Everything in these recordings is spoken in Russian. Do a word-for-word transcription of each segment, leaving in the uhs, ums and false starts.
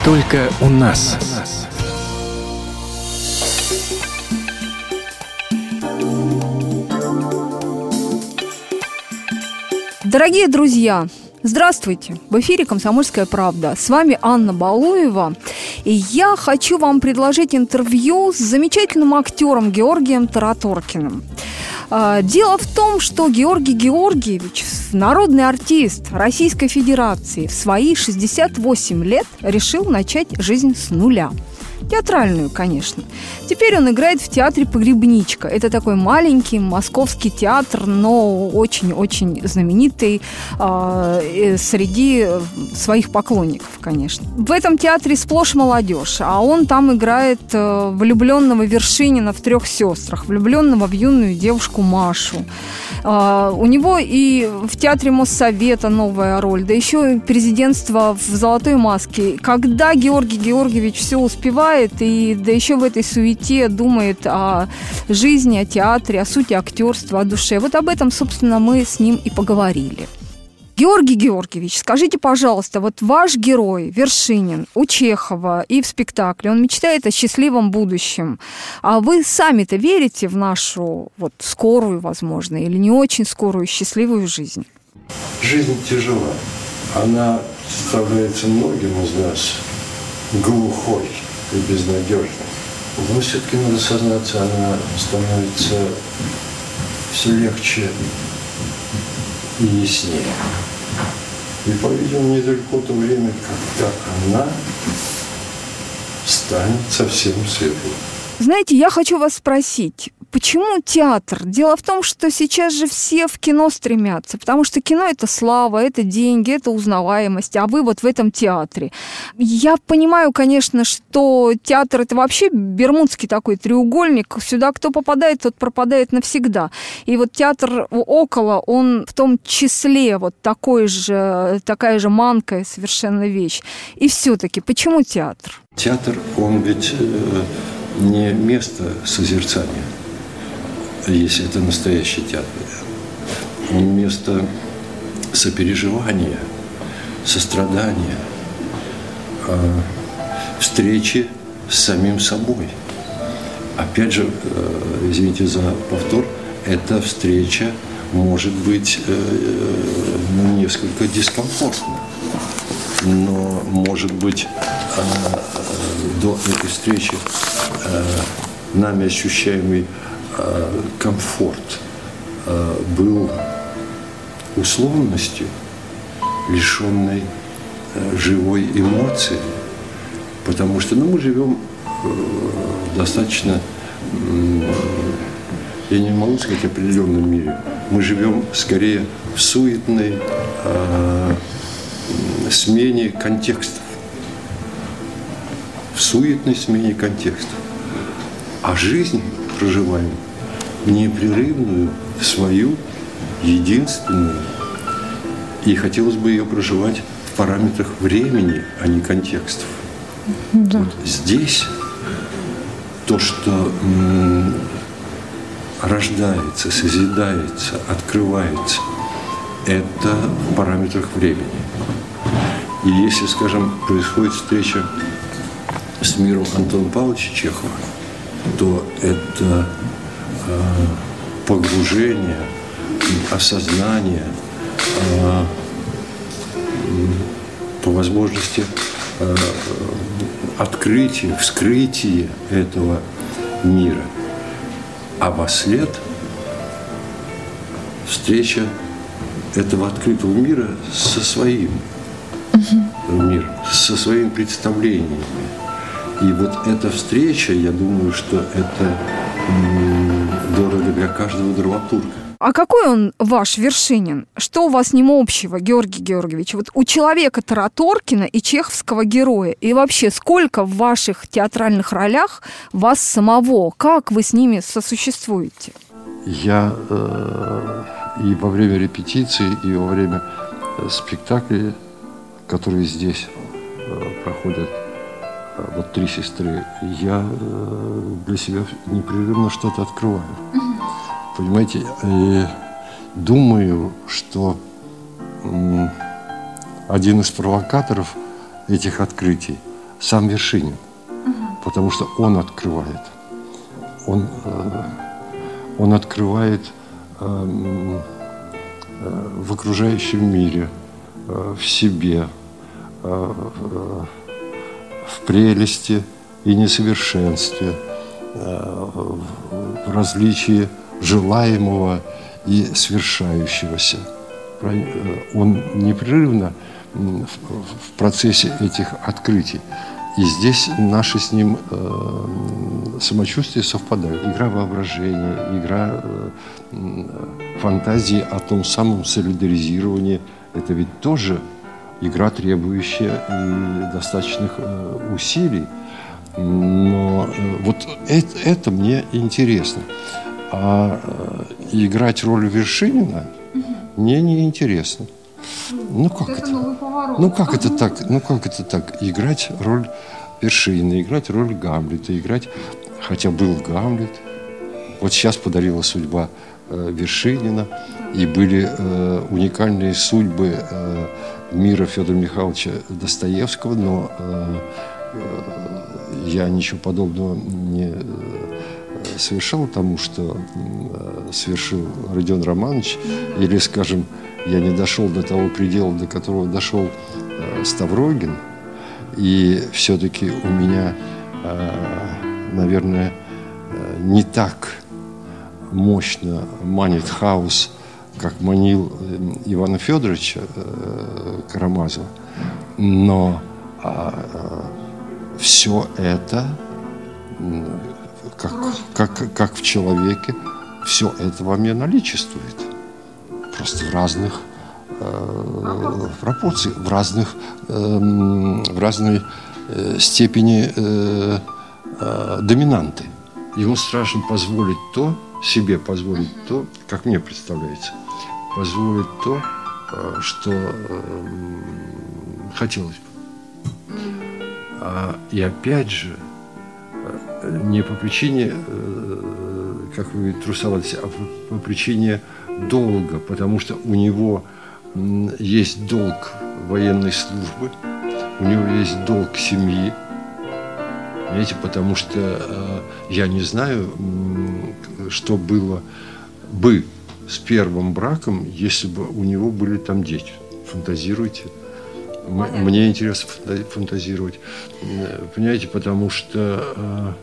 Только у нас. Дорогие друзья, здравствуйте! В эфире «Комсомольская правда». С вами Анна Балуева. И я хочу вам предложить интервью с замечательным актером Георгием Тараторкиным. Дело в том, что Георгий Георгиевич, народный артист Российской Федерации, в свои шестьдесят восемь лет решил начать жизнь с нуля. Театральную, конечно. Теперь он играет в театре «Погребничка». Это такой маленький московский театр, но очень-очень знаменитый э, среди своих поклонников, конечно. В этом театре сплошь молодежь, а он там играет э, влюбленного Вершинина в «Трех сестрах», влюбленного в юную девушку Машу. Э, у него и в театре Моссовета новая роль, да еще и президентство в «Золотой маске». Когда Георгий Георгиевич все успевает, и да еще в этой суете думает о жизни, о театре, о сути актерства, о душе. Вот об этом, собственно, мы с ним и поговорили. Георгий Георгиевич, скажите, пожалуйста, вот ваш герой Вершинин у Чехова и в спектакле, он мечтает о счастливом будущем. А вы сами-то верите в нашу вот скорую, возможно, или не очень скорую счастливую жизнь? Жизнь тяжела. Она представляется многим из нас глухой и безнадежной. Но все-таки надо сознаться, она становится все легче и яснее. И, по-видимому, недалеко то время, когда она станет совсем светлой. Знаете, я хочу вас спросить, почему театр? Дело в том, что сейчас же все в кино стремятся, потому что кино – это слава, это деньги, это узнаваемость, а вы вот в этом театре. Я понимаю, конечно, что театр – это вообще бермудский такой треугольник, сюда кто попадает, тот пропадает навсегда. И вот театр около, он в том числе вот такой же, такая же манкая совершенно вещь. И все-таки, почему театр? Театр, он ведь э, не место созерцания. Если это настоящий театр. Он место сопереживания, сострадания, э, встречи с самим собой. Опять же, э, извините за повтор, эта встреча может быть э, ну, несколько дискомфортна, но может быть э, э, до этой встречи э, нами ощущаемый комфорт был условностью, лишенной живой эмоции, потому что ну, мы живем достаточно, я не могу сказать, определенном мире. Мы живем скорее в суетной э, смене контекстов, в суетной смене контекстов, а жизнь проживаем непрерывную, свою, единственную. И хотелось бы ее проживать в параметрах времени, а не контекстов. Да. Вот здесь то, что м- рождается, созидается, открывается, это в параметрах времени. И если, скажем, происходит встреча с миром Антона Павловича Чехова, то это э, погружение, осознание, э, по возможности э, открытие, вскрытие этого мира. А вослед встреча этого открытого мира со своим угу. миром, со своими представлениями. И вот эта встреча, я думаю, что это м- дорого для каждого драматурга. А какой он ваш Вершинин? Что у вас с ним общего, Георгий Георгиевич? Вот у человека Тараторкина и чеховского героя. И вообще, сколько в ваших театральных ролях вас самого? Как вы с ними сосуществуете? Я э, и во время репетиции, и во время спектаклей, которые здесь э, проходят, вот «Три сестры», я для себя непрерывно что-то открываю. Mm-hmm. Понимаете, и думаю, что один из провокаторов этих открытий сам Вершинин, потому что он открывает. Он, он открывает в окружающем мире, в себе, в прелести и несовершенстве, в различии желаемого и свершающегося. Он непрерывно в процессе этих открытий. И здесь наши с ним самочувствия совпадают. Игра воображения, игра фантазии о том самом солидаризировании. Это ведь тоже игра, требующая и достаточных усилий. Но вот это, это мне интересно. А играть роль Вершинина мне не интересно. Ну как это? это? Ну как это так? Ну как это так? Играть роль Вершинина, играть роль Гамлета, играть, хотя был Гамлет. Вот сейчас подарила судьба э, Вершинина, и были э, уникальные судьбы э, мира Федора Михайловича Достоевского, но э, э, я ничего подобного не э, совершал тому, что э, совершил Родион Романович, или, скажем, я не дошел до того предела, до которого дошел э, Ставрогин, и все-таки у меня, э, наверное, э, не так мощно манит хаос, как манил э, Ивана Федоровича э, Карамазова, но э, э, все это, э, как, как, как в человеке, все это во мне наличествует. Просто в разных э, пропорциях, в разных, э, в разной э, степени э, э, доминанты. Ему страшно позволить то, себе позволить то, как мне представляется, позволить то, э, что э, хотелось бы. А, и опять же, не по причине, э, как вы трусовались, а по, по причине долга, потому что у него есть долг военной службы, у него есть долг семьи, понимаете, потому что э, я не знаю, что было бы с первым браком, если бы у него были там дети. Фантазируйте. М- мне интересно фантазировать, понимаете, потому что э,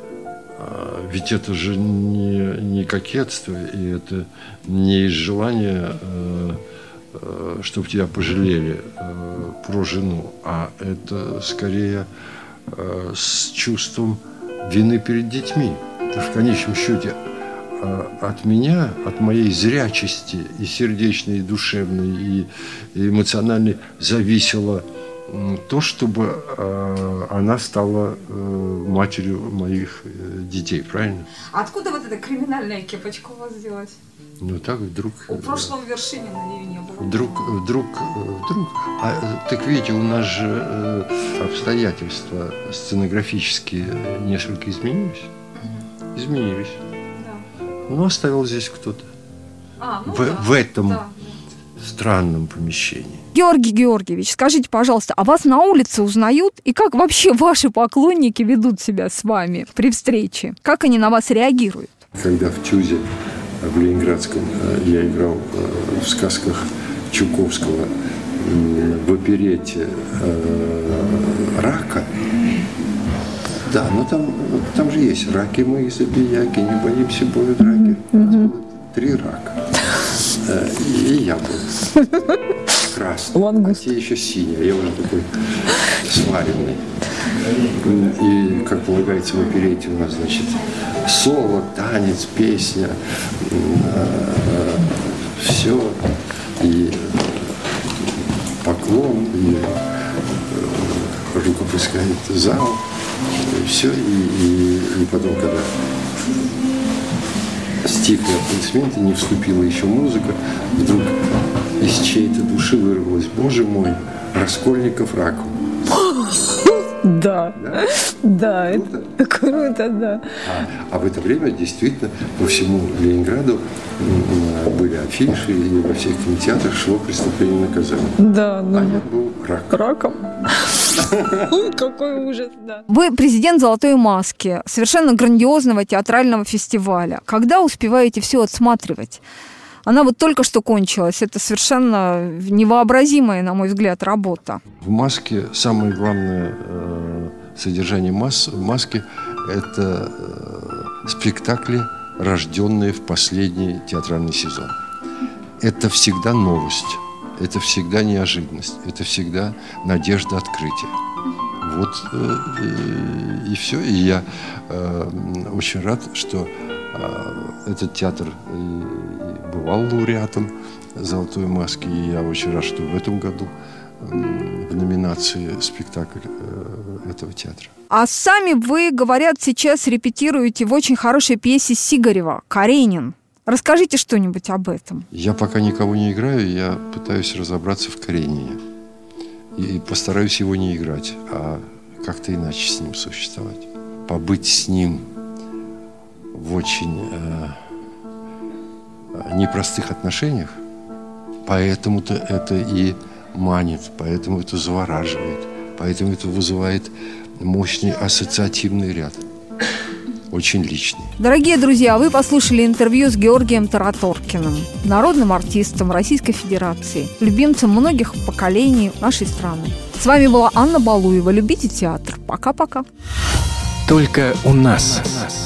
э, ведь это же не, не кокетство, и это не из желания, э, э, чтобы тебя пожалели э, про жену, а это скорее э, с чувством вины перед детьми. Потому что в конечном счете э, от меня, от моей зрячести и сердечной, и душевной, и, и эмоциональной зависело то, чтобы э, она стала э, матерью моих э, детей, правильно? А откуда вот эта криминальная кепочка у вас взялась? Ну так вдруг... У прошлого Вершинина ее не было. Вдруг, вдруг, вдруг... А, так видите, у нас же э, обстоятельства сценографические несколько изменились. Изменились. Да. Ну, оставил здесь кто-то. А, ну в, да. в этом да. странном помещении. Георгий Георгиевич, скажите, пожалуйста, а вас на улице узнают? И как вообще ваши поклонники ведут себя с вами при встрече? Как они на вас реагируют? Когда в ТЮЗе в Ленинградском я играл в сказках Чуковского в оперете «Рака», да, ну там, там же есть раки мы, забияки, не боимся боя драки. У нас было три рака. И я был красный, а те еще синие, а я уже такой сваренный. И, как полагается в оперете, у нас, значит, соло, танец, песня, все, и поклон, и рукоплескает зал, и все, и, и, и потом, когда стихли аплодисменты, не вступила еще музыка, вдруг из чьей-то души вырвалось: «Боже мой, Раскольников Раков». Да, да, да, круто, это круто, да. А, а в это время действительно по всему Ленинграду были афиши, и во всех кинотеатрах шло «Преступление и наказание». Да, да. А я был рак. Раком. ужас. Какой ужас, да. Вы президент «Золотой маски», совершенно грандиозного театрального фестиваля. Когда успеваете все отсматривать? Она вот только что кончилась. Это совершенно невообразимая, на мой взгляд, работа. В «Маске» самое главное э, содержание масс, «Маски» – это э, спектакли, рожденные в последний театральный сезон. Это всегда новость, это всегда неожиданность, это всегда надежда открытия. Вот э, э, и все. И я э, очень рад, что э, этот театр э, бывал лауреатом «Золотой маски», и я очень рад, что в этом году э, в номинации спектакль э, этого театра. А сами вы, говорят, сейчас репетируете в очень хорошей пьесе Сигарева «Каренин». Расскажите что-нибудь об этом. Я пока никого не играю, я пытаюсь разобраться в Каренине. И постараюсь его не играть, а как-то иначе с ним существовать. Побыть с ним в очень э, непростых отношениях, поэтому-то это и манит, поэтому это завораживает, поэтому это вызывает мощный ассоциативный ряд. Очень личный. Дорогие друзья, вы послушали интервью с Георгием Тараторкиным, народным артистом Российской Федерации, любимцем многих поколений нашей страны. С вами была Анна Балуева. Любите театр. Пока-пока. Только у нас.